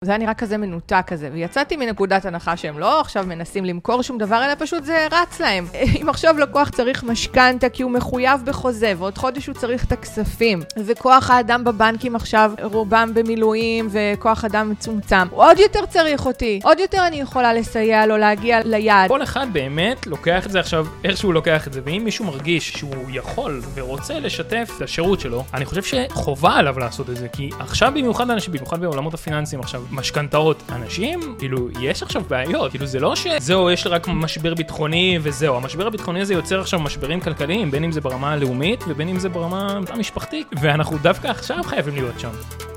זה היה נראה כזה מנותק כזה, ויצאתי מנקודת הנחה שהם לא עכשיו מנסים למכור שום דבר, אלא פשוט זה רץ להם. אם עכשיו לקוח צריך משכנתה כי הוא מחויב בחוזה, ועוד חודש הוא צריך את הכספים, וכוח האדם בבנקים עכשיו רובם במילואים, וכוח אדם מצומצם, עוד יותר צריך אותי, עוד יותר אני יכולה לסייע לו להגיע ליעד. כל אחד באמת לוקח את זה עכשיו, איך שהוא לוקח את זה, ואם מישהו מרגיש שהוא יכול ורוצה לשתף את השירות שלו, אני חושב שחובה עליו לעשות את זה, כי עכשיו במיוחד אנשים, במיוחד בעולמות הפיננסיים עכשיו, משכנתאות, אנשים, כאילו, יש עכשיו בעיות, כאילו, זה לא שזהו, יש רק משבר ביטחוני וזהו, המשבר הביטחוני הזה יוצר עכשיו משברים כלכליים, בין אם זה ברמה הלאומית ובין אם זה ברמה המשפחתית, ואנחנו דווקא עכשיו חייבים להיות שם.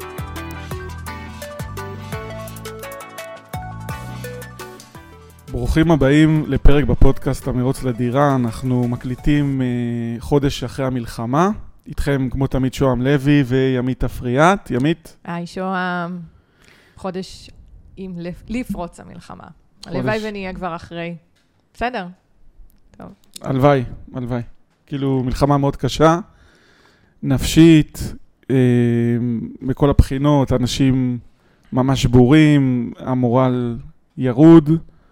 ברוכים הבאים לפרק בפודקאסט המרוץ לדירה. אנחנו מקליטים חודש אחרי המלחמה. איתכם כמו תמיד שוהם לוי וימית אפריאט. ימית? היי שוהם, חודש עם לפרוץ המלחמה. הלוואי ונהיה כבר אחרי. בסדר? טוב. הלוואי. כאילו מלחמה מאוד קשה, נפשית, מכל הבחינות, אנשים ממש שבורים, המורל ירוד,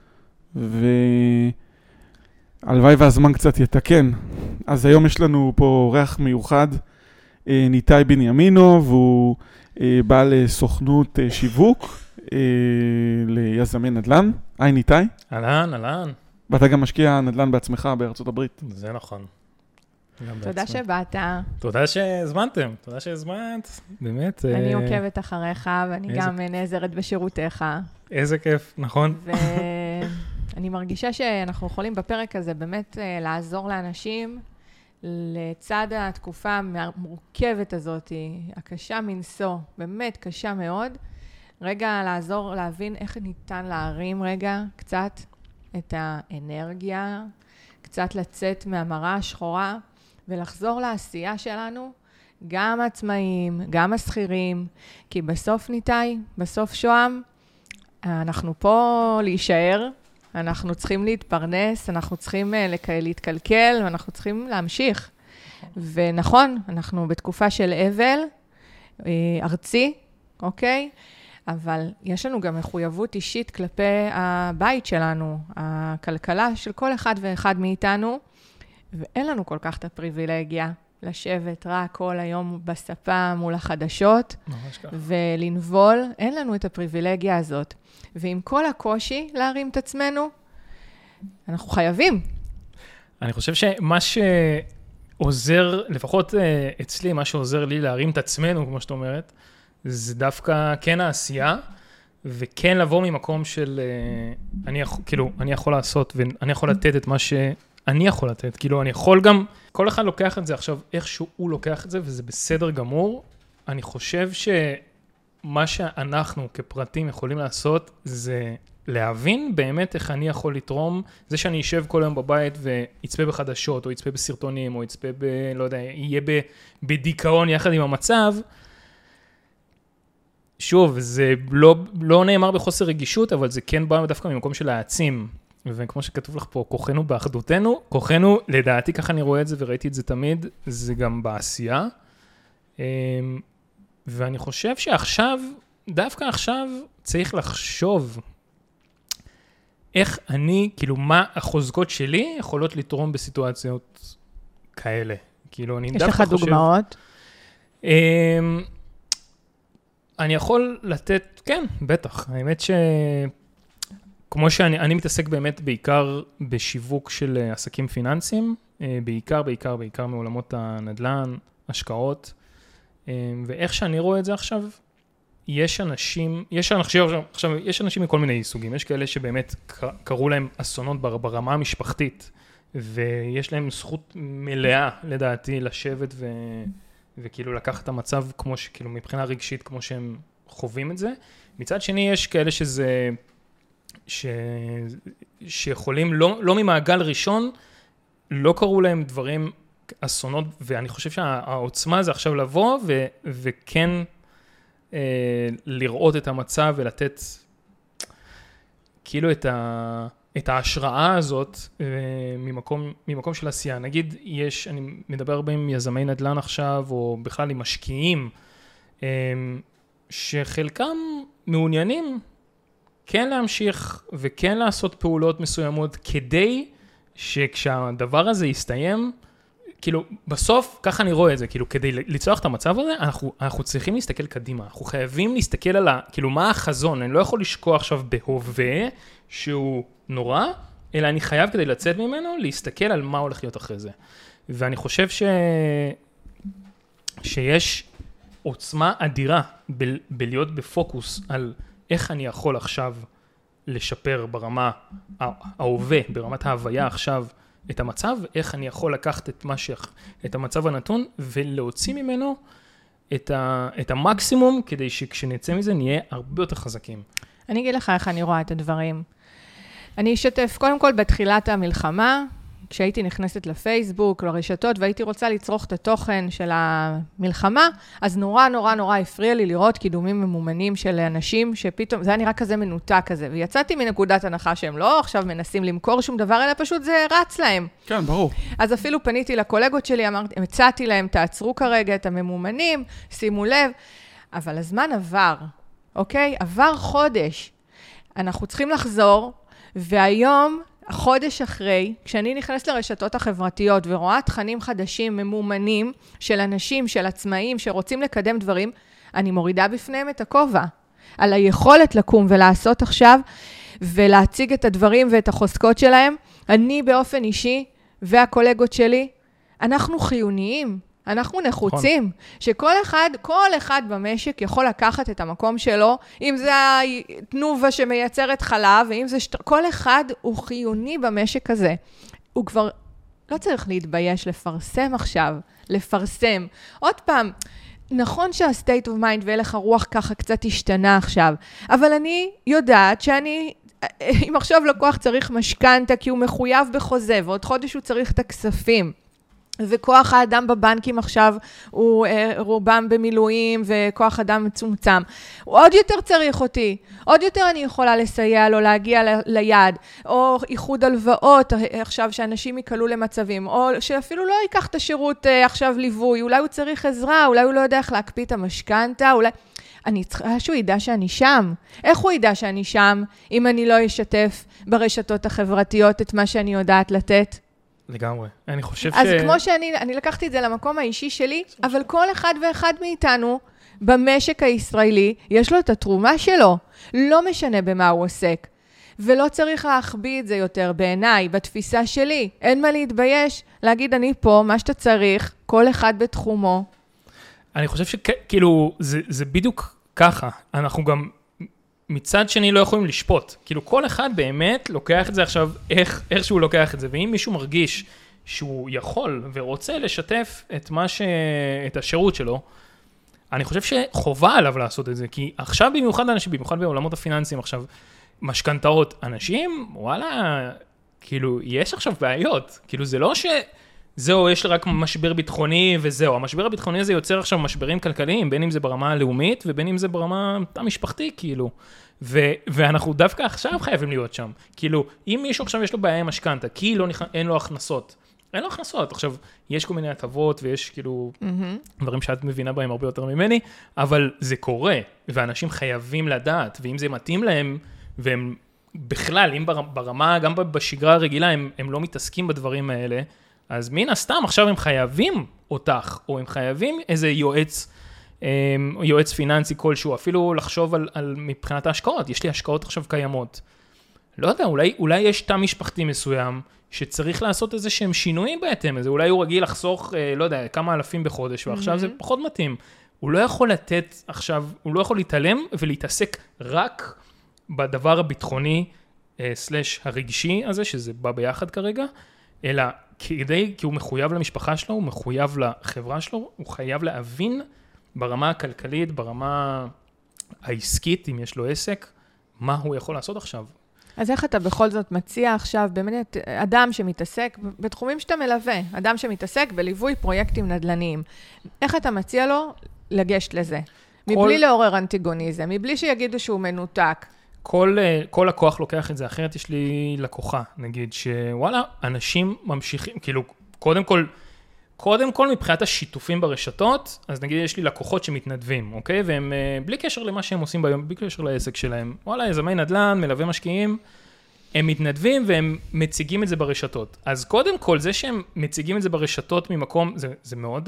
והלוואי והזמן קצת יתקן. אז היום יש לנו פה אורח מיוחד, ניתאי בנימינו, והוא בעל סוכנות שיווק ליזמי נדל"ן. היי ניתאי. אהלן. ואתה גם משקיע נדל"ן בעצמך בארצות הברית. זה נכון. תודה שבאת. תודה שהזמנת, באמת. אני עוקבת אחריך, ואני גם נעזרת בשירותיך. איזה כיף, נכון. ואני מרגישה שאנחנו יכולים בפרק הזה באמת לעזור לאנשים, לצד התקופה המורכבת הזאת, הקשה מנסו, באמת קשה מאוד, רגע לעזור להבין איך ניתן להרים רגע קצת את האנרגיה, קצת לצאת מהמראה השחורה, ולחזור לעשייה שלנו, גם עצמאים, גם השכירים, כי בסוף ניתאי, בסוף שוהם, אנחנו פה להישאר, אנחנו צריכים להתפרנס, אנחנו צריכים להתקלקל, ואנחנו צריכים להמשיך. ונכון, אנחנו בתקופה של אבל, ארצי, אוקיי? אבל יש לנו גם מחויבות אישית כלפי הבית שלנו, הכלכלה של כל אחד ואחד מאיתנו, ואין לנו כל כך את הפריבילגיה לשבת רק כל היום בספה מול החדשות, ולנבול, אין לנו את הפריבילגיה הזאת. ועם כל הקושי להרים את עצמנו, אנחנו חייבים. אני חושב שמה שעוזר, לפחות אצלי, מה שעוזר לי להרים את עצמנו, כמו שאת אומרת, זה דווקא כן העשייה, וכן לבוא ממקום של, אני יכול לעשות, ואני יכול לתת את מה שאני יכול לתת. כאילו, אני יכול גם, כל אחד לוקח את זה עכשיו, איך שהוא לוקח את זה, וזה בסדר גמור. אני חושב שמה שאנחנו כפרטים יכולים לעשות, זה להבין באמת איך אני יכול לתרום, זה שאני אשב כל היום בבית ויצפה בחדשות, או יצפה בסרטונים, או יצפה לא יודע, יהיה בדיכאון יחד עם המצב, שוב, זה לא נאמר בחוסר רגישות, אבל זה כן בא דווקא ממקום של להעצים. וכמו שכתוב לך פה, כוחנו באחדותנו, כוחנו, לדעתי ככה אני רואה את זה וראיתי את זה תמיד, זה גם בעשייה. ואני חושב שעכשיו, דווקא עכשיו, צריך לחשוב איך אני, כאילו מה החוזקות שלי יכולות לתרום בסיטואציות כאלה. כאילו אני דווקא חושב... יש לך דוגמאות? אני יכול לתת, כן, בטח. האמת כמו שאני מתעסק באמת בעיקר בשיווק של עסקים פיננסיים, בעיקר מעולמות הנדל"ן, השקעות, ואיך שאני רואה את זה עכשיו, יש אנשים מכל מיני סוגים, יש כאלה שבאמת קראו להם אסונות ברמה המשפחתית, ויש להם זכות מלאה, לדעתי, לשבת וכאילו לקחת את המצב כמו שכאילו מבחינה רגשית, כמו שהם חווים את זה. מצד שני, יש כאלה שיכולים, לא ממעגל ראשון, לא קראו להם דברים אסונות, ואני חושב שהעוצמה זה עכשיו לבוא, וכן לראות את המצב ולתת כאילו את ההשראה הזאת ממקום של עשייה. נגיד, אני מדבר הרבה עם יזמי נדל"ן עכשיו, או בכלל עם משקיעים, שחלקם מעוניינים כן להמשיך וכן לעשות פעולות מסוימות, כדי שכשהדבר הזה יסתיים, כאילו, בסוף, ככה אני רואה את זה, כאילו, כדי לצלוח את המצב הזה, אנחנו צריכים להסתכל קדימה, אנחנו חייבים להסתכל על כאילו, מה החזון, אני לא יכול לשקוע עכשיו בהווה, שהוא נורא, אלא אני חייב כדי לצאת ממנו, להסתכל על מה הולך להיות אחרי זה. ואני חושב שיש עוצמה אדירה בלהיות בפוקוס על איך אני יכול עכשיו לשפר ברמה ההווה, ברמת ההוויה עכשיו, את המצב, איך אני יכול לקחת את המצב הנתון, ולהוציא ממנו את המקסימום, כדי שכשנצא מזה נהיה הרבה יותר חזקים. אני אגיד לך איך אני רואה את הדברים. אני אשתף, קודם כל, בתחילת המלחמה, כשהייתי נכנסת לפייסבוק, לרשתות, והייתי רוצה לצרוך את התוכן של המלחמה, אז נורא נורא נורא הפריע לי לראות קידומים ממומנים של אנשים, שפתאום, זה היה נראה כזה מנותק כזה, ויצאתי מנקודת הנחה שהם לא עכשיו מנסים למכור שום דבר, אלא פשוט זה רץ להם. כן, ברור. אז אפילו פניתי לקולגות שלי, הצעתי להם, תעצרו כרגע את הממומנים, שימו לב, אבל הזמן עבר, אוקיי? עבר חודש. אנחנו צריכים לחזור, והיום, חודש אחרי, כשאני נכנסת לרשתות החברתיות ורואה תכנים חדשים ממומנים של אנשים, של עצמאים שרוצים לקדם דברים, אני מורידה בפניהם את הכובע. על היכולת לקום ולעשות עכשיו, ולהציג את הדברים ואת החוזקות שלהם. אני באופן אישי והקולגות שלי, אנחנו חיוניים. אנחנו נחוצים, שכל אחד במשק יכול לקחת את המקום שלו, אם זה התנובה שמייצרת חלב, ואם זה כל אחד הוא חיוני במשק הזה. הוא כבר לא צריך להתבייש לפרסם עכשיו, לפרסם. עוד פעם, נכון שה-state of mind והלך הרוח ככה קצת השתנה עכשיו, אבל אני יודעת שאני, אם עכשיו לקוח צריך משכנתה, כי הוא מחויב בחוזה, ועוד חודש הוא צריך את הכספים, וכוח האדם בבנקים עכשיו הוא רובם במילואים וכוח אדם מצומצם. הוא עוד יותר צריך אותי, עוד יותר אני יכולה לסייע לו להגיע ליד, או איחוד הלוואות עכשיו שאנשים יקלו למצבים, או שאפילו לא ייקח את השירות עכשיו ליווי, אולי הוא צריך עזרה, אולי הוא לא יודע איך להקפיא את המשכנתה, אולי... אני צריכה שהוא ידע שאני שם. איך הוא ידע שאני שם אם אני לא אשתף ברשתות החברתיות את מה שאני יודעת לתת? לגמרי. אני חושב אז כמו שאני לקחתי את זה למקום האישי שלי, אבל כל אחד ואחד מאיתנו במשק הישראלי, יש לו את התרומה שלו. לא משנה במה הוא עוסק. ולא צריך להחביא את זה יותר בעיניי, בתפיסה שלי. אין מה להתבייש, להגיד אני פה, מה שאתה צריך, כל אחד בתחומו. אני חושב שכאילו, זה בדיוק ככה. אנחנו גם מצד שני לא יכולים לשפוט. כאילו כל אחד באמת לוקח את זה עכשיו, איך שהוא לוקח את זה. ואם מישהו מרגיש שהוא יכול ורוצה לשתף את השירות שלו, אני חושב שחובה עליו לעשות את זה. כי עכשיו במיוחד אנשים, במיוחד בעולמות הפיננסיים עכשיו, משכנתאות, אנשים, וואלה, כאילו, יש עכשיו בעיות. כאילו זה לא זהו, יש רק משבר ביטחוני וזהו. המשבר הביטחוני הזה יוצר עכשיו משברים כלכליים, בין אם זה ברמה הלאומית ובין אם זה ברמה המשפחתית, כאילו. ואנחנו דווקא עכשיו חייבים להיות שם. כאילו, אם מישהו עכשיו יש לו בעיה עם משכנתה, כי אין לו הכנסות. אין לו הכנסות. עכשיו, יש כל מיני הטבות ויש כאילו דברים שאת מבינה בהם הרבה יותר ממני, אבל זה קורה, ואנשים חייבים לדעת, ואם זה מתאים להם, והם בכלל, אם ברמה, גם בשגרה הרגילה, הם לא מתעסקים בדברים האלה, אז מן הסתם, עכשיו הם חייבים אותך, או הם חייבים איזה יועץ פיננסי כלשהו, אפילו לחשוב על מבחינת ההשקעות. יש לי השקעות עכשיו קיימות. לא יודע, אולי יש תא משפחתי מסוים, שצריך לעשות איזה שהם שינויים בהתאם. אולי הוא רגיל לחסוך, לא יודע, כמה אלפים בחודש, ועכשיו זה פחות מתאים. הוא לא יכול לתת עכשיו, הוא לא יכול להתעלם ולהתעסק רק בדבר הביטחוני, סלש הרגשי הזה, שזה בא ביחד כרגע, אלא כי הוא מחויב למשפחה שלו, הוא מחויב לחברה שלו, הוא חייב להבין ברמה הכלכלית, ברמה העסקית, אם יש לו עסק, מה הוא יכול לעשות עכשיו. אז איך אתה בכל זאת מציע עכשיו, באמת, אדם שמתעסק, בתחומים שאתה מלווה, אדם שמתעסק בליווי פרויקטים נדל"ניים, איך אתה מציע לו לגשת לזה? מבלי לעורר אנטיגוניזם, מבלי שיגידו שהוא מנותק. כל לקוח לוקח את זה, אחרת יש לי לקוחה, נגיד, שוואלה, אנשים ממשיכים, כאילו, קודם כל, קודם כל, מבחינת השיתופים ברשתות, אז נגיד יש לי לקוחות שמתנדבים, אוקיי? והם בלי קשר למה שהם עושים ביום, בלי קשר לעסק שלהם. וואלה, יזמי נדל"ן, מלווה משקיעים, הם מתנדבים והם מציגים את זה ברשתות. אז קודם כל, זה שהם מציגים את זה ברשתות ממקום, זה מאוד,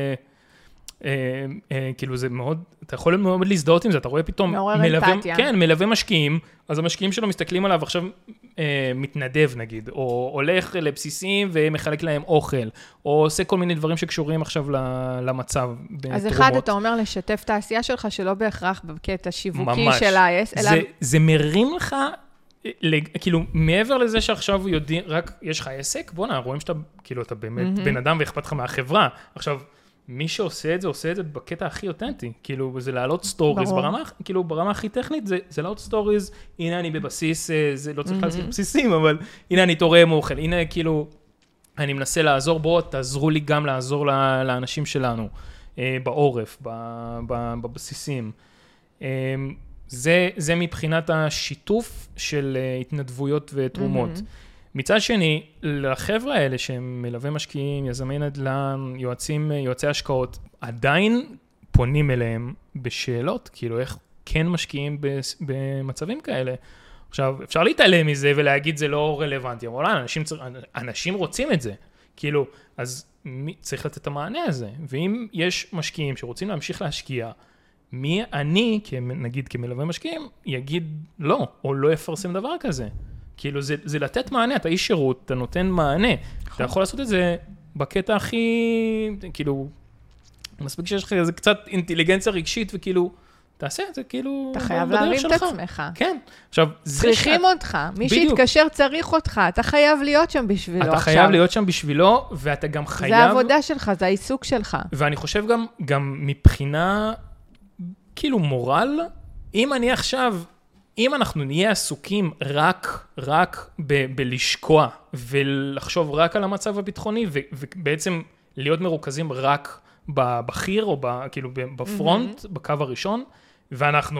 כאילו זה מאוד, אתה יכול מאוד להזדהות עם זה, אתה רואה פתאום מלווה משקיעים, אז המשקיעים שלו מסתכלים עליו עכשיו מתנדב נגיד, או הולך לבסיסים ומחלק להם אוכל, או עושה כל מיני דברים שקשורים עכשיו למצב בתרומות. אז אחד, אתה אומר לשתף את העשייה שלך, שלא בהכרח בקטע שיווקי של ה-S, אלא... זה מרים לך, כאילו, מעבר לזה שעכשיו יודעים, רק יש לך עסק, בוא רואים שאתה, כאילו, אתה באמת בן אדם ואכפת לך מהחברה. עכשיו, מי שעושה את זה, עושה את זה בקטע הכי אותנטי. כאילו, זה להעלות סטוריז ברמה, כאילו, ברמה הכי טכנית, זה להעלות סטוריז, הנה אני בבסיס, זה לא צריך להזכיר בסיסים, אבל הנה אני תורם אוכל, הנה כאילו, אני מנסה לעזור, בואו, תעזרו לי גם לעזור לאנשים שלנו, בעורף, בבסיסים. זה מבחינת השיתוף של התנדבויות ותרומות. מצד שני, לחבר'ה האלה שהם מלווה משקיעים, יזמי נדל"ן, יועצי השקעות, עדיין פונים אליהם בשאלות, כאילו איך כן משקיעים במצבים כאלה. עכשיו, אפשר להתעלם מזה ולהגיד זה לא רלוונטי, אבל אנשים רוצים את זה. כאילו, אז צריך לתת את המענה הזה. ואם יש משקיעים שרוצים להמשיך להשקיע, מי אני, נגיד כמלווה משקיעים, יגיד לא, או לא יפרסם דבר כזה. כאילו, זה לתת מענה, אתה איש שירות, אתה נותן מענה. אתה יכול לעשות את זה בקטע הכי, כאילו, מספיק שיש לך איזה קצת אינטליגנציה רגשית, וכאילו, תעשה את זה, כאילו, אתה חייב להרים את עצמך. כן. עכשיו, צריכים אותך. מי שיתקשר צריך אותך. אתה חייב להיות שם בשבילו עכשיו. אתה חייב להיות שם בשבילו, ואתה גם חייב... זה העבודה שלך, זה העיסוק שלך. ואני חושב גם מבחינה, כאילו, מורל, אם אני עכשיו... אם אנחנו נהיה עסוקים רק בלשקוע ולחשוב רק על המצב הביטחוני ובעצם להיות מרוכזים רק בבחיר או כאילו בפרונט, בקו הראשון, ואנחנו,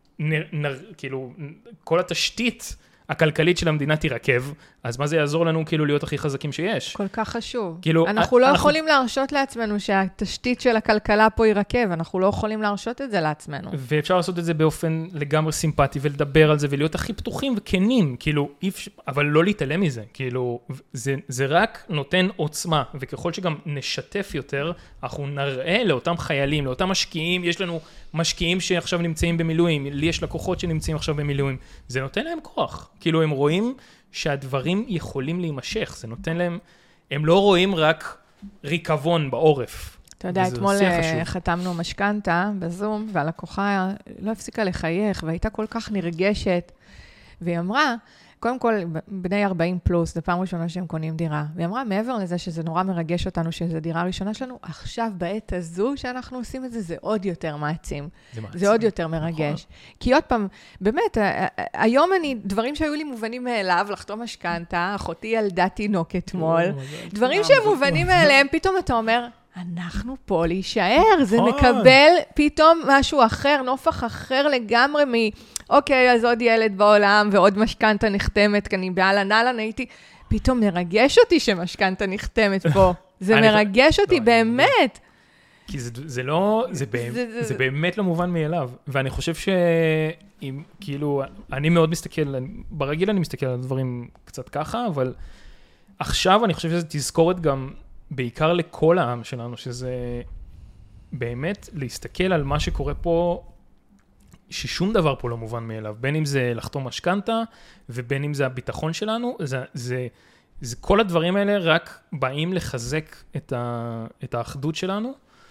כאילו, כל התשתית הכלכלית של המדינה תירקב, אז מה זה יעזור לנו כאילו להיות הכי חזקים שיש? כל כך חשוב. כאילו, אנחנו לא יכולים להרשות לעצמנו שהתשתית של הכלכלה פה יירקב, אנחנו לא יכולים להרשות את זה לעצמנו. ואפשר לעשות את זה באופן לגמרי סימפטי, ולדבר על זה, ולהיות הכי פתוחים וכנים, כאילו, אבל לא להתעלם מזה, כאילו, זה רק נותן עוצמה, וככל שגם נשתף יותר, אנחנו נראה לאותם חיילים, לאותם משקיעים, יש לנו משקיעים שעכשיו נמצאים במילואים, לי יש לקוחות שנמצאים עכשיו במילואים, זה נותן להם כוח, כאילו הם רואים שהדברים יכולים להימשך, זה נותן להם, הם לא רואים רק ריקבון בעורף. אתה יודע, אתמול חתמנו משכנתה בזום, והלקוחה לא הפסיקה לחייך, והייתה כל כך נרגשת, והיא אמרה, קודם כל, בני 40 פלוס, זה פעם ראשונה שהם קונים דירה, והיא אמרה, מעבר לזה שזה נורא מרגש אותנו, שזו דירה הראשונה שלנו, עכשיו בעת הזו שאנחנו עושים את זה, זה עוד יותר מעצים. זה עוד יותר מרגש. כי עוד פעם, באמת, היום דברים שהיו לי מובנים מאליו, לחתום משכנתה, אחותי ילדה תינוק אתמול, דברים שהם מובנים מאליהם, פתאום אתה אומר, אנחנו פה להישאר, זה מקבל פתאום משהו אחר, נופח אחר לגמרי אוקיי, אז עוד ילד בעולם ועוד משכנתה נחתמת, כי אני באלן, הייתי, פתאום מרגש אותי שמשכנתה נחתמת פה. זה מרגש אותי, באמת. כי זה לא, זה באמת לא מובן מאליו. ואני חושב שאם, כאילו, אני מאוד מסתכל, ברגיל אני מסתכל על הדברים קצת ככה, אבל עכשיו אני חושב שזה תזכורת גם, בעיקר לכל העם שלנו, שזה באמת להסתכל על מה שקורה פה, ששום דבר פה לא מובן מאליו, בין אם זה לחתום משכנתה, ובין אם זה הביטחון שלנו, זה כל הדברים האלה רק באים לחזק את האחדות שלנו,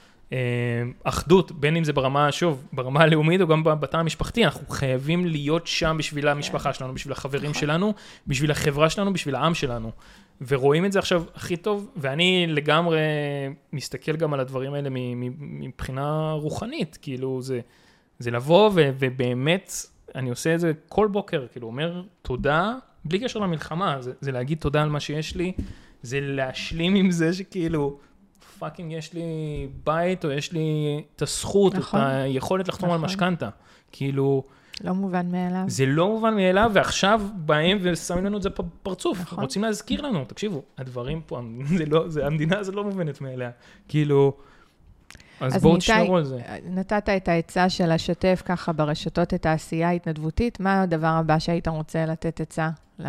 אחדות, בין אם זה ברמה, שוב, ברמה הלאומית או גם בתא המשפחתי, אנחנו חייבים להיות שם בשביל המשפחה שלנו, בשביל החברים שלנו, בשביל החברה שלנו, בשביל העם שלנו. ורואים את זה עכשיו הכי טוב, ואני לגמרי מסתכל גם על הדברים האלה מבחינה רוחנית, כאילו זה לבוא ובאמת, אני עושה את זה כל בוקר, כאילו אומר תודה, בלי קשר למלחמה, זה להגיד תודה על מה שיש לי, זה להשלים עם זה שכאילו, פאקינג יש לי בית, או יש לי את הזכות, את היכולת לחתום על משכנתה, כאילו, לא מובן מאליו. זה לא מובן מאליו, ועכשיו באים ושמים לנו את זה פרצוף. נכון. רוצים להזכיר לנו, תקשיבו, הדברים פה, המדינה הזאת לא מובנת מאליה. כאילו, אז בואו תשמרו על זה. נתת את העצה של לשתף ככה ברשתות את העשייה ההתנדבותית, מה הדבר הבא שהיית רוצה לתת עצה?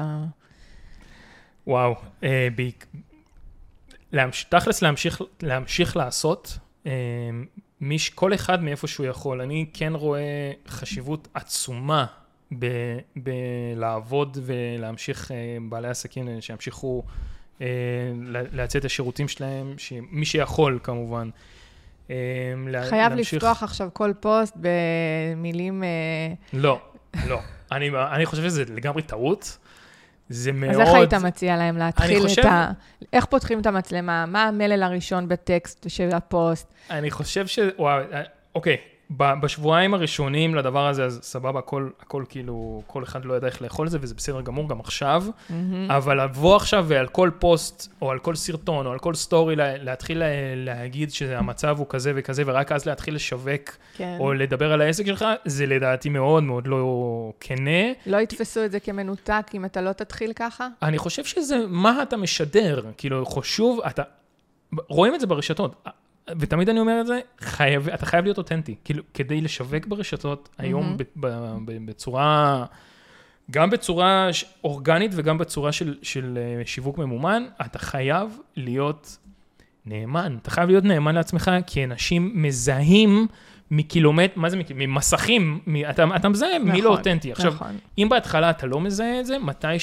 וואו, תכלס להמשיך לעשות, כל אחד מאיפה שהוא יכול. אני כן רואה חשיבות עצומה בלעבוד ולהמשיך בעלי עסקים שימשיכו להציע את השירותים שלהם, מי שיכול כמובן. חייב לפתוח עכשיו כל פוסט במילים... לא. אני חושב שזה לגמרי טעות. זה מאוד... אז איך היית מציע להם להתחיל איך פותחים את המצלמה? מה המלל הראשון בטקסט של הפוסט? אני חושב אוקיי, בשבועיים הראשונים לדבר הזה, אז סבבה, הכל כאילו, כל אחד לא ידע איך לאכול את זה, וזה בסדר גמור גם עכשיו, אבל לבוא עכשיו ועל כל פוסט, או על כל סרטון, או על כל סטורי, להתחיל להגיד שהמצב הוא כזה וכזה, ורק אז להתחיל לשווק, או לדבר על העסק שלך, זה לדעתי מאוד מאוד לא כנה. לא יתפסו את זה כמנותק, אם אתה לא תתחיל ככה? אני חושב שזה מה אתה משדר, כאילו חשוב, רואים את זה ברשתות, ותמיד אני אומר את זה, אתה חייב להיות אותנטי, כאילו, כדי לשווק ברשתות, היום בצורה, גם בצורה אורגנית וגם בצורה של שיווק ממומן, אתה חייב להיות נאמן, אתה חייב להיות נאמן לעצמך, כי אנשים מזהים מקילומטר, מה זה ממסכים, אתה מזהה מי לא אותנטי. עכשיו, אם בהתחלה אתה לא מזהה את זה,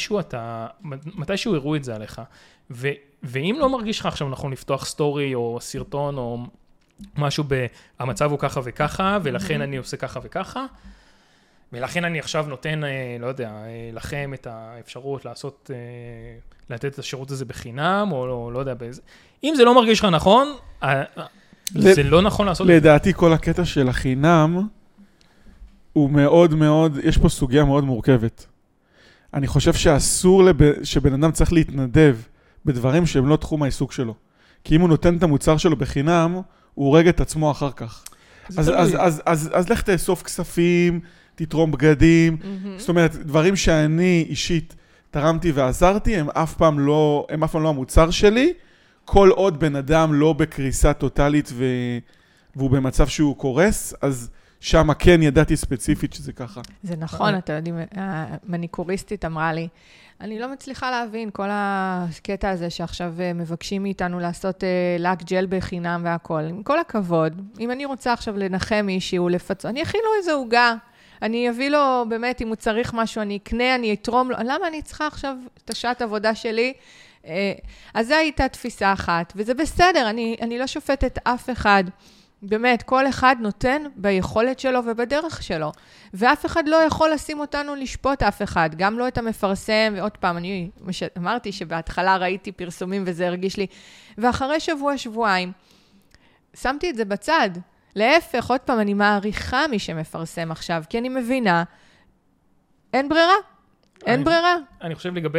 מתישהו יראו את זה עליך. ואם לא מרגיש לך עכשיו נכון לפתוח סטורי או סרטון או משהו המצב הוא ככה וככה, ולכן אני עושה ככה וככה, ולכן אני עכשיו נותן, לא יודע, לכם את האפשרות לתת את השירות הזה בחינם, או לא יודע באיזה... אם זה לא מרגיש לך נכון, זה לא נכון לעשות את זה. לדעתי כל הקטע של החינם הוא מאוד מאוד, יש פה סוגיה מאוד מורכבת. אני חושב שאסור שבן אדם צריך להתנדב בדברים שהם לא תחום העיסוק שלו. כי אם הוא נותן את המוצר שלו בחינם, הוא הורג את עצמו אחר כך. אז לך תאסוף כספים, תתרום בגדים. זאת אומרת, דברים שאני אישית תרמתי ועזרתי, הם אף פעם לא המוצר שלי, כל עוד בן אדם לא בקריסה טוטלית והוא במצב שהוא קורס, אז שם כן ידעתי ספציפית שזה ככה. זה נכון, אתה יודעים, המניקוריסטית אמרה לי, אני לא מצליחה להבין כל הקטע הזה שעכשיו מבקשים מאיתנו לעשות לק ג'ל בחינם והכל. עם כל הכבוד, אם אני רוצה עכשיו לנחם מישהו, אני אכין לו איזו עוגה, אני אביא לו באמת, אם הוא צריך משהו, אני אקנה, אני אתרום לו, למה אני צריכה עכשיו את השעת עבודה שלי? אז זו הייתה תפיסה אחת, וזה בסדר, אני לא שופטת אף אחד. באמת, כל אחד נותן ביכולת שלו ובדרך שלו. ואף אחד לא יכול לשים אותנו לשפוט אף אחד, גם לא את המפרסם, ועוד פעם, אני אמרתי שבהתחלה ראיתי פרסומים וזה הרגיש לי, ואחרי שבוע-שבועיים, שמתי את זה בצד. להפך, עוד פעם, אני מעריכה מי שמפרסם עכשיו, כי אני מבינה, אין ברירה. אין ברירה. אני חושב לגבי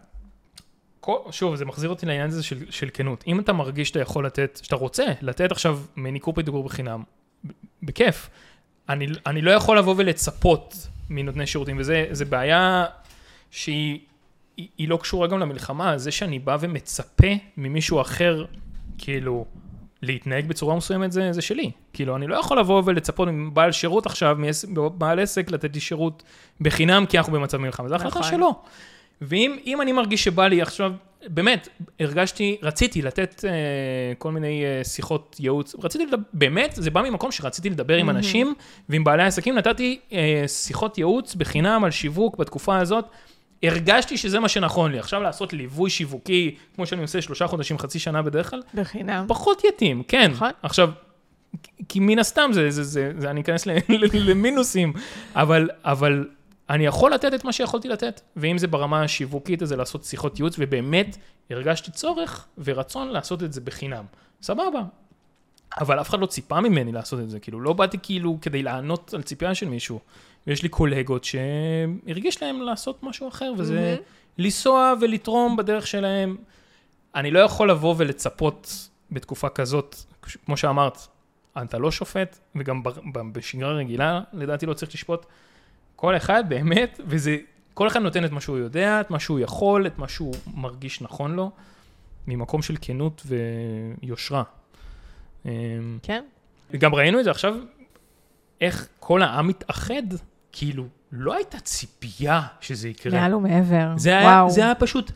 שוב, זה מחזיר אותי לעניין הזה של כנות. אם אתה מרגיש שאתה יכול לתת, שאתה רוצה לתת עכשיו מניקור פדיקור בחינם, בכיף. אני לא יכול לבוא ולצפות מנותני שירותים, וזה בעיה שהיא לא קשורה גם למלחמה. זה שאני בא ומצפה ממישהו אחר, כאילו, להתנהג בצורה מסוימת, זה שלי. כאילו, אני לא יכול לבוא ולצפות מבעל שירות עכשיו, מבעל עסק, לתת לי שירות בחינם, כי אנחנו במצב מלחמה. זה החלטה שלו. ואם אני מרגיש שבא לי עכשיו, באמת, רציתי לתת כל מיני שיחות ייעוץ, באמת, זה בא ממקום שרציתי לדבר עם אנשים, ועם בעלי העסקים, נתתי שיחות ייעוץ בחינם על שיווק בתקופה הזאת, הרגשתי שזה מה שנכון לי. עכשיו לעשות ליווי שיווקי, כמו שאני עושה 3 חודשים, חצי שנה בדרך כלל, בחינם. פחות יתאים, כן. עכשיו, כי מן הסתם אני אכנס למינוסים, אבל אני יכול לתת את מה שיכולתי לתת, ואם זה ברמה השיווקית, אז זה לעשות שיחות ייעוץ, ובאמת הרגשתי צורך ורצון לעשות את זה בחינם. סבבה. אבל אף אחד לא ציפה ממני לעשות את זה, כאילו, לא באתי כאילו כדי לענות על ציפייה של מישהו, ויש לי קולגות שהרגיש להם לעשות משהו אחר, וזה לנסוע ולתרום בדרך שלהם. אני לא יכול לבוא ולצפות בתקופה כזאת, כמו שאמרת, אתה לא שופט, וגם בשגרה רגילה, לדעתי לא צריך לשפוט, כל אחד באמת, וזה, כל אחד נותן את מה שהוא יודע, את מה שהוא יכול, את מה שהוא מרגיש נכון לו, ממקום של כנות ויושרה. כן. וגם ראינו את זה עכשיו, איך כל העם מתאחד, כאילו, לא הייתה ציפייה שזה יקרה. מעל ומעבר. זה היה פשוט,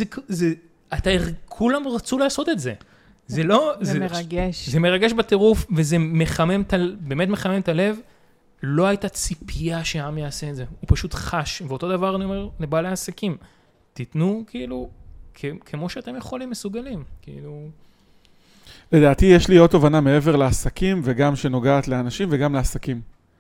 כולם רצו לעשות את זה. זה לא... זה מרגש. זה מרגש בטירוף, וזה באמת מחמם את הלב. לא הייתה ציפייה שהעם יעשה את זה. הוא פשוט חש, ואותו דבר אני אומר לבעלי העסקים. תיתנו כאילו, כמו שאתם יכולים, מסוגלים. כאילו... לדעתי יש לי עוד תובנה מעבר לעסקים, וגם שנוגעת לאנשים וגם לעסקים.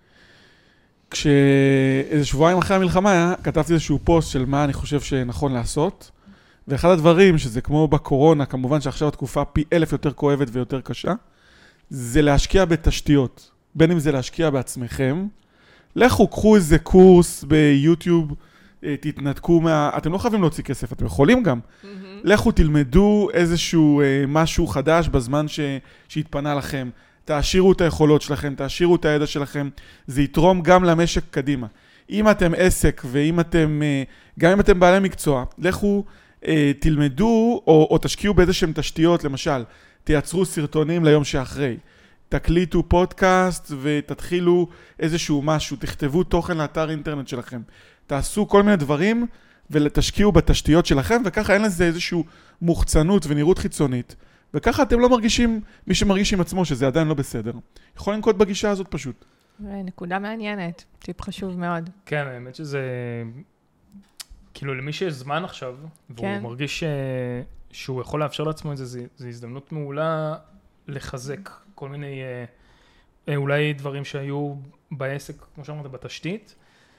כשאיזה שבועיים אחרי המלחמה, כתבתי איזשהו פוסט של מה אני חושב שנכון לעשות, ואחד הדברים, שזה כמו בקורונה, כמובן שעכשיו התקופה פי 1000 יותר כואבת ויותר קשה, זה להשקיע בתשתיות. בין אם זה להשקיע בעצמכם, לכו, קחו איזה קורס ביוטיוב, תתנתקו אתם לא חייבים להוציא כסף, אתם יכולים גם. לכו תלמדו איזשהו משהו חדש בזמן שהתפנה לכם. תעשירו את היכולות שלכם, תעשירו את הידע שלכם. זה יתרום גם למשק קדימה. אם אתם עסק גם אם אתם בעלי מקצוע, לכו תלמדו או תשקיעו באיזשהם תשתיות, למשל, תייצרו סרטונים ליום שאחרי. תקליטו פודקאסט ותתחילו איזשהו משהו, תכתבו תוכן לאתר אינטרנט שלכם. תעשו כל מיני דברים ותשקיעו בתשתיות שלכם, וככה אין לזה איזשהו מוחצנות ונראות חיצונית. וככה אתם לא מרגישים, מי שמרגיש עם עצמו שזה עדיין לא בסדר. יכול לנקוט בגישה הזאת פשוט. נקודה מעניינת, טיפ חשוב מאוד. כן, האמת שזה, כאילו למי שיש זמן עכשיו, והוא מרגיש שהוא יכול לאפשר לעצמו את זה, זו הזדמנות מעולה לחזק כל מיני, אולי דברים שהיו בעסק, כמו שאמרת, בתשתית.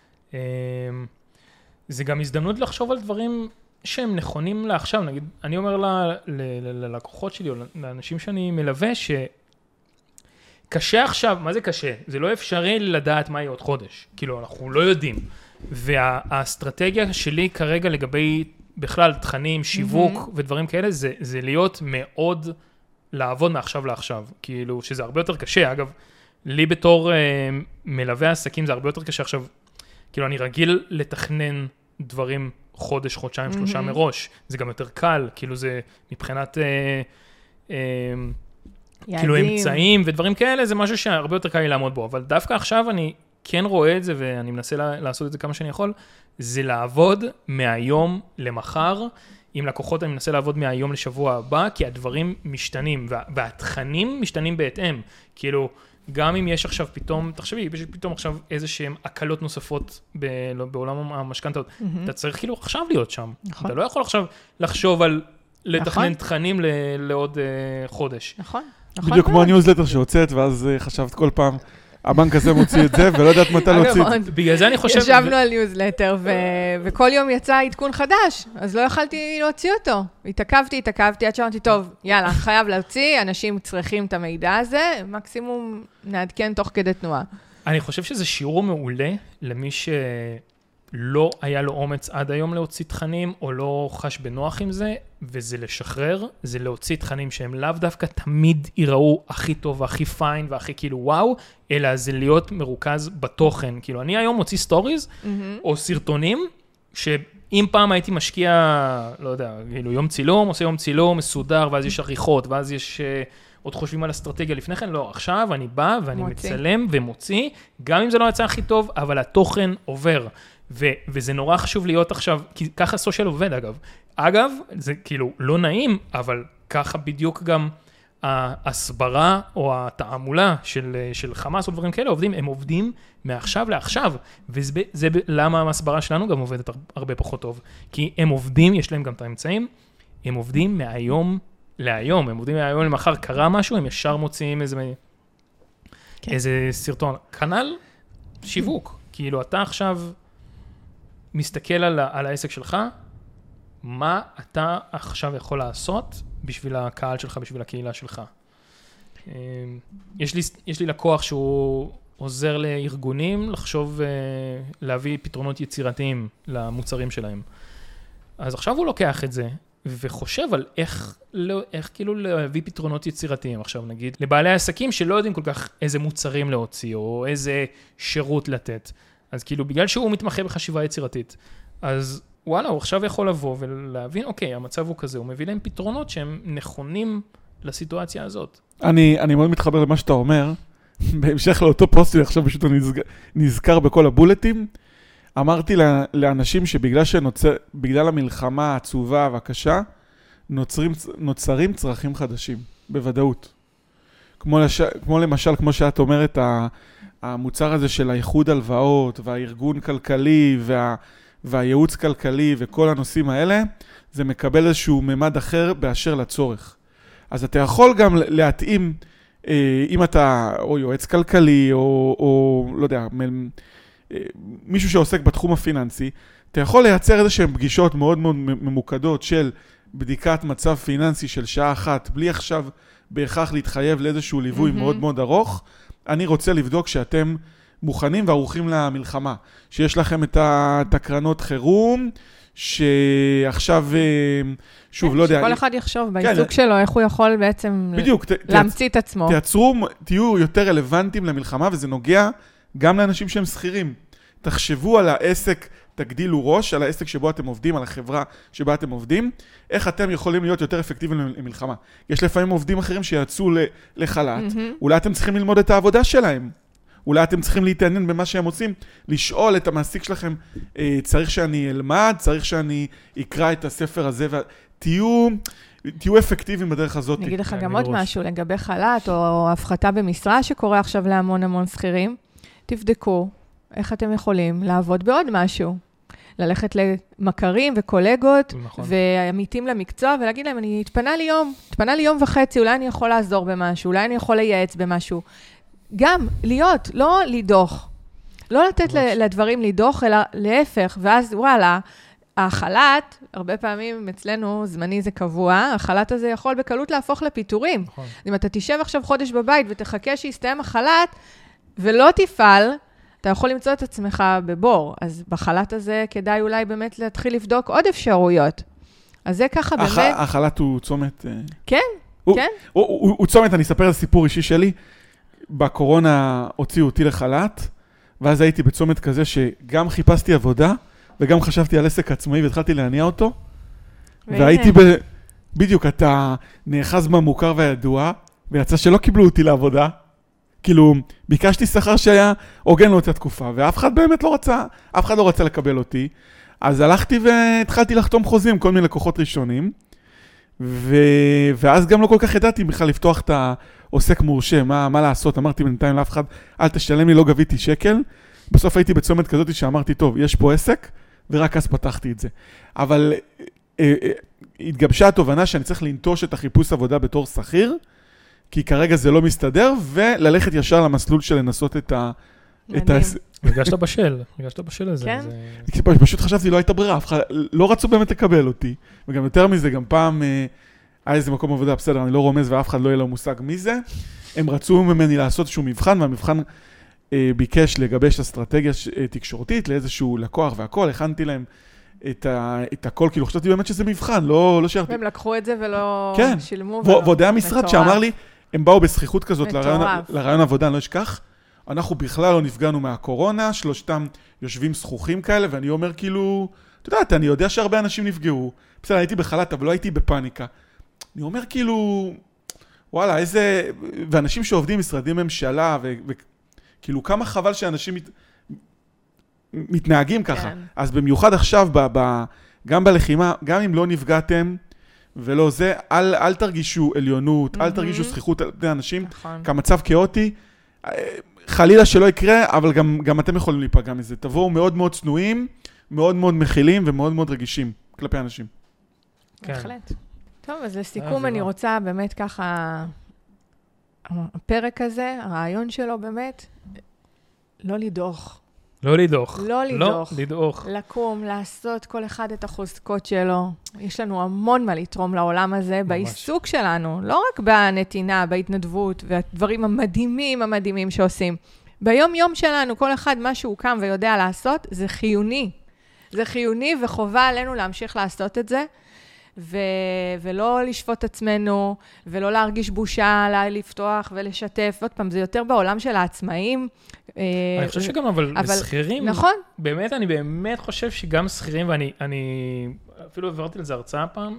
זה גם הזדמנות לחשוב על דברים שהם נכונים לעכשיו. נגיד, אני אומר ללקוחות שלי, או לאנשים שאני מלווה, שקשה עכשיו, מה זה קשה? זה לא אפשרי לדעת מה יהיה עוד חודש. כאילו, אנחנו לא יודעים. והאסטרטגיה שלי כרגע לגבי בכלל תכנים, שיווק ודברים כאלה, זה להיות מאוד לעבוד מעכשיו לעכשיו. כאילו, שזה הרבה יותר קשה. אגב, לי בתור מלווה עסקים זה הרבה יותר קשה עכשיו. כאילו, אני רגיל לתכנן דברים חודש, חודשיים, 3 מראש. זה גם יותר קל, כאילו זה מבחינת כאילו אמצעים ודברים כאלה, זה משהו שהרבה יותר קל לי לעמוד בו. אבל דווקא עכשיו אני כן רואה את זה, ואני מנסה לעשות את זה כמה שאני יכול, זה לעבוד מהיום למחר. עם לקוחות אני מנסה לעבוד מהיום לשבוע הבא, כי הדברים משתנים, והתכנים משתנים בהתאם. כאילו, גם אם יש עכשיו פתאום, תחשבי, יש פתאום עכשיו איזשהם הקלות נוספות בעולם המשכנתאות. אתה צריך כאילו עכשיו להיות שם. אתה לא יכול עכשיו לחשוב על לתכנן תכנים לעוד חודש. נכון. בדיוק כמו הניוזלטר שהוצאת, ואז חשבת כל פעם, הבנק הזה מוציא את זה, ולא יודעת מתי להוציא את זה. בגלל זה אני חושב... ישבנו על ניוזלטר, וכל יום יצא עדכון חדש, אז לא יכלתי להוציא אותו. התעכבתי, עד שאמרתי, טוב, יאללה, חייב להוציא, אנשים צריכים את המידע הזה, מקסימום נעדכן תוך כדי תנועה. אני חושב שזה שיעור מעולה למי שלא היה לו אומץ עד היום להוציא תכנים, או לא חש בנוח עם זה, וזה לשחרר, זה להוציא תכנים שהם לאו דווקא תמיד ייראו הכי טוב והכי פיין והכי כאילו וואו, אלא זה להיות מרוכז בתוכן. כאילו אני היום מוציא סטוריז או סרטונים, שאם פעם הייתי משקיע, לא יודע, כאילו יום צילום, עושה יום צילום מסודר, ואז יש עריכות, ואז יש עוד חושבים על אסטרטגיה לפני כן, לא, עכשיו אני בא ואני מצלם ומוציא, גם אם זה לא יצא הכי טוב, אבל התוכן עובר. וזה נורא חשוב להיות עכשיו, כי ככה סושיאל עובד אגב, זה כאילו לא נעים, אבל ככה בדיוק גם ההסברה או התעמולה של חמאס או דברים כאלה עובדים, הם עובדים מעכשיו לעכשיו, וזה למה ההסברה שלנו גם עובדת הרבה פחות טוב, כי הם עובדים, יש להם גם את האמצעים, הם עובדים מהיום להיום, הם עובדים מהיום למחר, קרה משהו, הם ישר מוציאים איזה סרטון, כנ"ל שיווק, כאילו אתה עכשיו מסתכל על העסק שלך, מה אתה עכשיו יכול לעשות בשביל הקהל שלך, בשביל הקהילה שלך. יש לי לקוח שהוא עוזר לארגונים לחשוב, להביא פתרונות יצירתיים למוצרים שלהם. אז עכשיו הוא לוקח את זה, וחושב על איך כאילו להביא פתרונות יצירתיים. עכשיו נגיד, לבעלי העסקים שלא יודעים כל כך איזה מוצרים להוציא, או איזה שירות לתת. אז כאילו, בגלל שהוא מתמחה בחשיבה יצירתית, אז וואלה, הוא עכשיו יכול לבוא ולהבין, אוקיי, המצב הוא כזה, הוא מביא להם פתרונות שהם נכונים לסיטואציה הזאת. אני מאוד מתחבר למה שאתה אומר, בהמשך לאותו פוסט, עכשיו פשוט אני נזכר בכל הבולטים, אמרתי לאנשים שבגלל המלחמה העצובה והקשה, נוצרים צרכים חדשים, בוודאות. כמו למשל, כמו שאת אומרת, המוצר הזה של האיחוד הלוואות, והארגון כלכלי, והייעוץ כלכלי, וכל הנושאים האלה, זה מקבל איזשהו ממד אחר באשר לצורך. אז אתה יכול גם להתאים, אם אתה או יועץ כלכלי, או לא יודע, מישהו שעוסק בתחום הפיננסי, אתה יכול לייצר איזשהם פגישות מאוד מאוד ממוקדות של בדיקת מצב פיננסי של שעה אחת, בלי עכשיו בהכרח להתחייב לאיזשהו ליווי מאוד מאוד ארוך. אני רוצה לבדוק שאתם מוכנים וערוכים למלחמה, שיש לכם את הקרנות חירום, שעכשיו, שוב, לא יודע. שכל אחד יחשוב בעיסוק שלו, איך הוא יכול בעצם להמציא את עצמו. תהיו יותר רלוונטיים למלחמה, וזה נוגע גם לאנשים שהם שכירים. תחשבו על העסק, תגדילו ראש על העסק שבו אתם עובדים, על החברה שבה אתם עובדים, איך אתם יכולים להיות יותר אפקטיביים למלחמה. יש לפעמים עובדים אחרים שיצאו לחל"ת, אולי אתם צריכים ללמוד את העבודה שלהם, אולי אתם צריכים להתעניין במה שהם עושים, לשאול את המעסיק שלכם, צריך שאני אלמד, צריך שאני אקרא את הספר הזה, תהיו אפקטיביים בדרך הזאת. נגיד לך גם עוד משהו, לגבי חל"ת או הפחתה במשרה שקורה עכשיו להמון שכירים, תבדקו איך אתם יכולים לעבוד בעוד משהו. ללכת למכרים וקולגות ועמיתים למקצוע ולהגיד להם, אני התפנה לי יום וחצי, אולי אני יכול לעזור במשהו, אולי אני יכול לייעץ במשהו. גם להיות, לא לדוח. לא לתת לדברים לדוח, אלא להפך, ואז וואלה, החל"ת, הרבה פעמים אצלנו, זמני זה קבוע, החל"ת הזה יכול בקלות להפוך לפיטורים. אם אתה תשב עכשיו חודש בבית ותחכה שיסתיים החל"ת, ולא תפעל, אתה יכול למצוא את עצמך בבור. אז בחל"ת הזה כדאי אולי באמת להתחיל לבדוק עוד אפשרויות. אז זה ככה באמת... החל"ת הוא צומת... כן, כן. הוא צומת, אני אספר על סיפור אישי שלי. בקורונה הוציאו אותי לחל"ת, ואז הייתי בצומת כזה שגם חיפשתי עבודה, וגם חשבתי על עסק עצמאי, והתחלתי להניע אותו. והייתי בדיוק, אתה נאחז במוכר והידוע, ויצא שלא קיבלו אותי לעבודה. כאילו, ביקשתי שכר שהיה הוגן לאותה תקופה, ואף אחד באמת לא רצה, אף אחד לא רצה לקבל אותי. אז הלכתי והתחלתי לחתום חוזים, כל מיני לקוחות ראשונים, ואז גם לא כל כך ידעתי בכלל לפתוח את העוסק מורשה, מה לעשות? אמרתי בינתיים לאף אחד, אל תשלם לי, לא גביתי שקל. בסוף הייתי בצומת כזאת שאמרתי, טוב, יש פה עסק, ורק אז פתחתי את זה. אבל התגבשה התובנה שאני צריך לנטוש את החיפוש עבודה בתור שכיר, כי כרגע זה לא מסתדר, וללכת ישר למסלול של לנסות את ה... הרגשת בשל לזה. כן. פשוט חשבתי, לא הייתה ברירה, לא רצו באמת לקבל אותי, וגם יותר מזה, גם פעם היה איזה מקום עבודה, בסדר, אני לא רומז, ואף אחד לא יהיה לו מושג מי זה, הם רצו ממני לעשות איזשהו מבחן, והמבחן ביקש לגבש אסטרטגיה תקשורתית לאיזשהו לקוח והכל, הכנתי להם את הכל, כאילו חשבתי באמת שזה מבחן, לא שרתי. והם לקחו את זה ולא שילמו. ועוד היה משרד שאמר לי, הם באו בסחיחות כזאת לרעיון עבודה, אני לא אשכח, אנחנו בכלל לא נפגענו מהקורונה, שלושתם יושבים זכוכים כאלה, ואני אומר כאילו, אתה יודעת, אני יודע שהרבה אנשים נפגעו, בסדר, הייתי בחל"ת, אבל לא הייתי בפאניקה. אני אומר כאילו, וואלה, איזה, ואנשים שעובדים משרדים ממשלה, וכאילו כמה חבל שאנשים מתנהגים ככה. אז במיוחד עכשיו, גם בלחימה, גם אם לא נפגעתם, ולא זה, אל תרגישו עליונות, אל תרגישו זכיחות על ידי אנשים, כמצב כאוטי, חלילה שלא יקרה, אבל גם אתם יכולים להיפגע מזה. תבואו מאוד מאוד צנועים, מאוד מאוד מכילים ומאוד מאוד רגישים כלפי אנשים. בהחלט. טוב, אז לסיכום אני רוצה באמת ככה, הפרק הזה, הרעיון שלו באמת, לא לדוח. לא לדוח. לא לדוח. לא לדוח. לקום, לעשות כל אחד את החוזקות שלו. יש לנו המון מה לתרום לעולם הזה, בעיסוק שלנו, לא רק בנתינה, בהתנדבות, והדברים המדהימים שעושים. ביום יום שלנו, כל אחד מה שהוא קם ויודע לעשות, זה חיוני. זה חיוני וחובה עלינו להמשיך לעשות את זה. ולא לשפוט עצמנו, ולא להרגיש בושה לפתוח ולשתף. עוד פעם, זה יותר בעולם של העצמאים. אני חושב שגם, אבל שכירים, נכון. באמת, אני באמת חושב שגם שכירים, ואני אפילו עברתי לזה הרצאה פעם,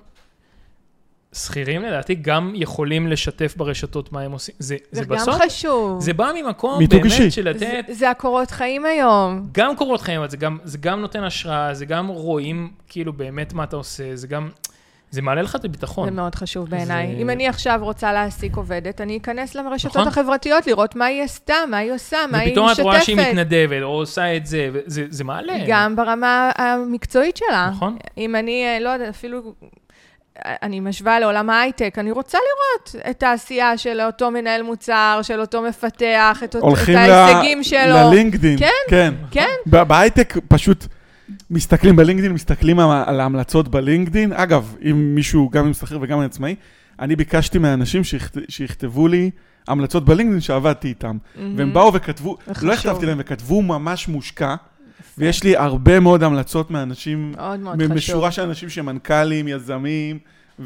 שכירים לדעתי גם יכולים לשתף ברשתות מה הם עושים. זה בסוף, גם חשוב. זה בא ממקום באמת של לתת... זה הקורות חיים היום. גם קורות חיים, זה גם נותן השראה, זה גם רואים כאילו באמת מה אתה עושה, זה מעלה לך את הביטחון. זה מאוד חשוב בעיניי. אם אני עכשיו רוצה להעסיק עובדת, אני אכנס לרשתות החברתיות, לראות מה היא עשתה, מה היא עושה, מה היא משתפת. ופתאום את רואה שהיא מתנדבת, או עושה את זה, זה מעלה. גם ברמה המקצועית שלה. נכון. אם אני, לא יודע, אפילו... אני משווה לעולם ההייטק, אני רוצה לראות את העשייה של אותו מנהל מוצר, של אותו מפתח, את ההישגים שלו. הולכים ללינקדין. כן, כן. בהייטק פשוט מסתכלים בלינקדין, מסתכלים על ההמלצות בלינקדין. אגב, אם מישהו, גם עם שכיר וגם עם עצמאי, אני ביקשתי מהאנשים שיכתבו לי המלצות בלינקדין שעבדתי איתם. והם באו וכתבו, לא הכתבתי להם, וכתבו ממש מושקע. ויש לי הרבה מאוד המלצות מאנשים, משורה של אנשים שמנכ"לים, יזמים,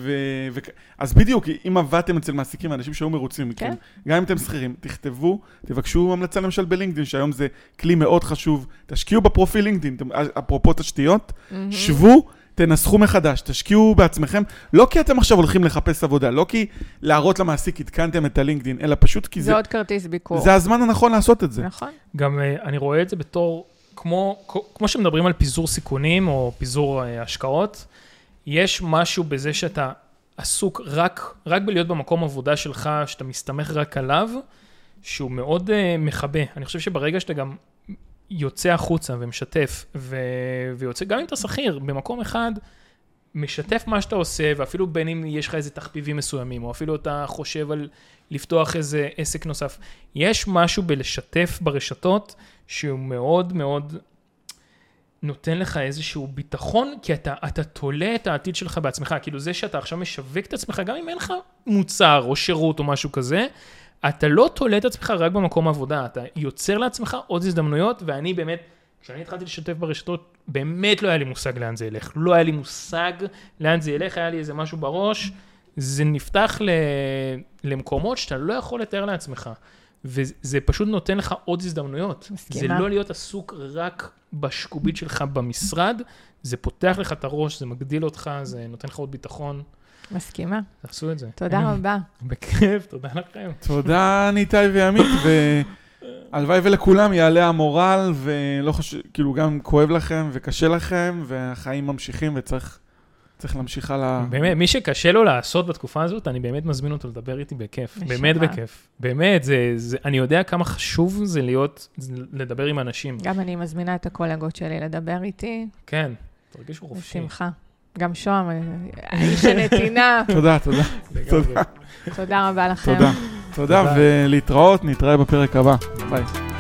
אז בדיוק, אם עבדתם אצל מעסיקים, אנשים שהיו מרוצים מכם, גם אם אתם שכירים, תכתבו, תבקשו המלצה למשל בלינקדין, שהיום זה כלי מאוד חשוב, תשקיעו בפרופיל לינקדין, אפרופו תשתיות, שבו, תנסחו מחדש, תשקיעו בעצמכם, לא כי אתם עכשיו הולכים לחפש עבודה, לא כי להראות למעסיק, התקנתם את הלינקדין, אלא פשוט כי זה עוד כרטיס ביקור. זה הזמן הנכון לעשות את זה. נכון. גם אני רואה את זה בתור כמו שמדברים על פיזור סיכונים או פיזור השקעות, יש משהו בזה שאתה עסוק רק בלהיות במקום עבודה שלך, שאתה מסתמך רק עליו, שהוא מאוד מחבא. אני חושב שברגע שאתה גם יוצא החוצה ומשתף, ויוצא גם אם אתה שכיר, במקום אחד, משתף מה שאתה עושה, ואפילו בין אם יש לך איזה תחביבים מסוימים, או אפילו אתה חושב על לפתוח איזה עסק נוסף. יש משהו בלשתף ברשתות, שהוא מאוד מאוד נותן לך איזשהו ביטחון, כי אתה תולה את העתיד שלך בעצמך, כאילו זה שאתה עכשיו משווק את עצמך, גם אם אין לך מוצר או שירות או משהו כזה, אתה לא תולה את עצמך רק במקום העבודה, אתה יוצר לעצמך עוד הזדמנויות, ואני באמת, כשאני התחלתי לשתף ברשתות, באמת לא היה לי מושג לאן זה ילך, לא היה לי מושג לאן זה ילך, היה לי איזה משהו בראש, זה נפתח למקומות שאתה לא יכול לתאר לעצמך. וזה פשוט נותן לך עוד הזדמנויות. מסכימה. זה לא להיות עסוק רק בשקובית שלך במשרד, זה פותח לך את הראש, זה מגדיל אותך, זה נותן לך עוד ביטחון. מסכימה. תעשו את זה. תודה רבה. בכיף, תודה לכם. תודה ניתאי וימית, והלוואי ולכולם יעלה המורל, ולא חושב, כאילו גם כואב לכם וקשה לכם, והחיים ממשיכים וצריך להמשיך הלאה. באמת, מי שקשה לו לעשות בתקופה הזאת, אני באמת מזמין אותו לדבר איתי בכיף. באמת בכיף. באמת, אני יודע כמה חשוב זה לדבר עם אנשים. גם אני מזמינה את הקולגות שלי לדבר איתי. כן, תרגישו חופשי. בשמחה. גם שוהם, האיש הנתינה. תודה. תודה רבה לכם. תודה, ולהתראות, נתראה בפרק הבא. ביי.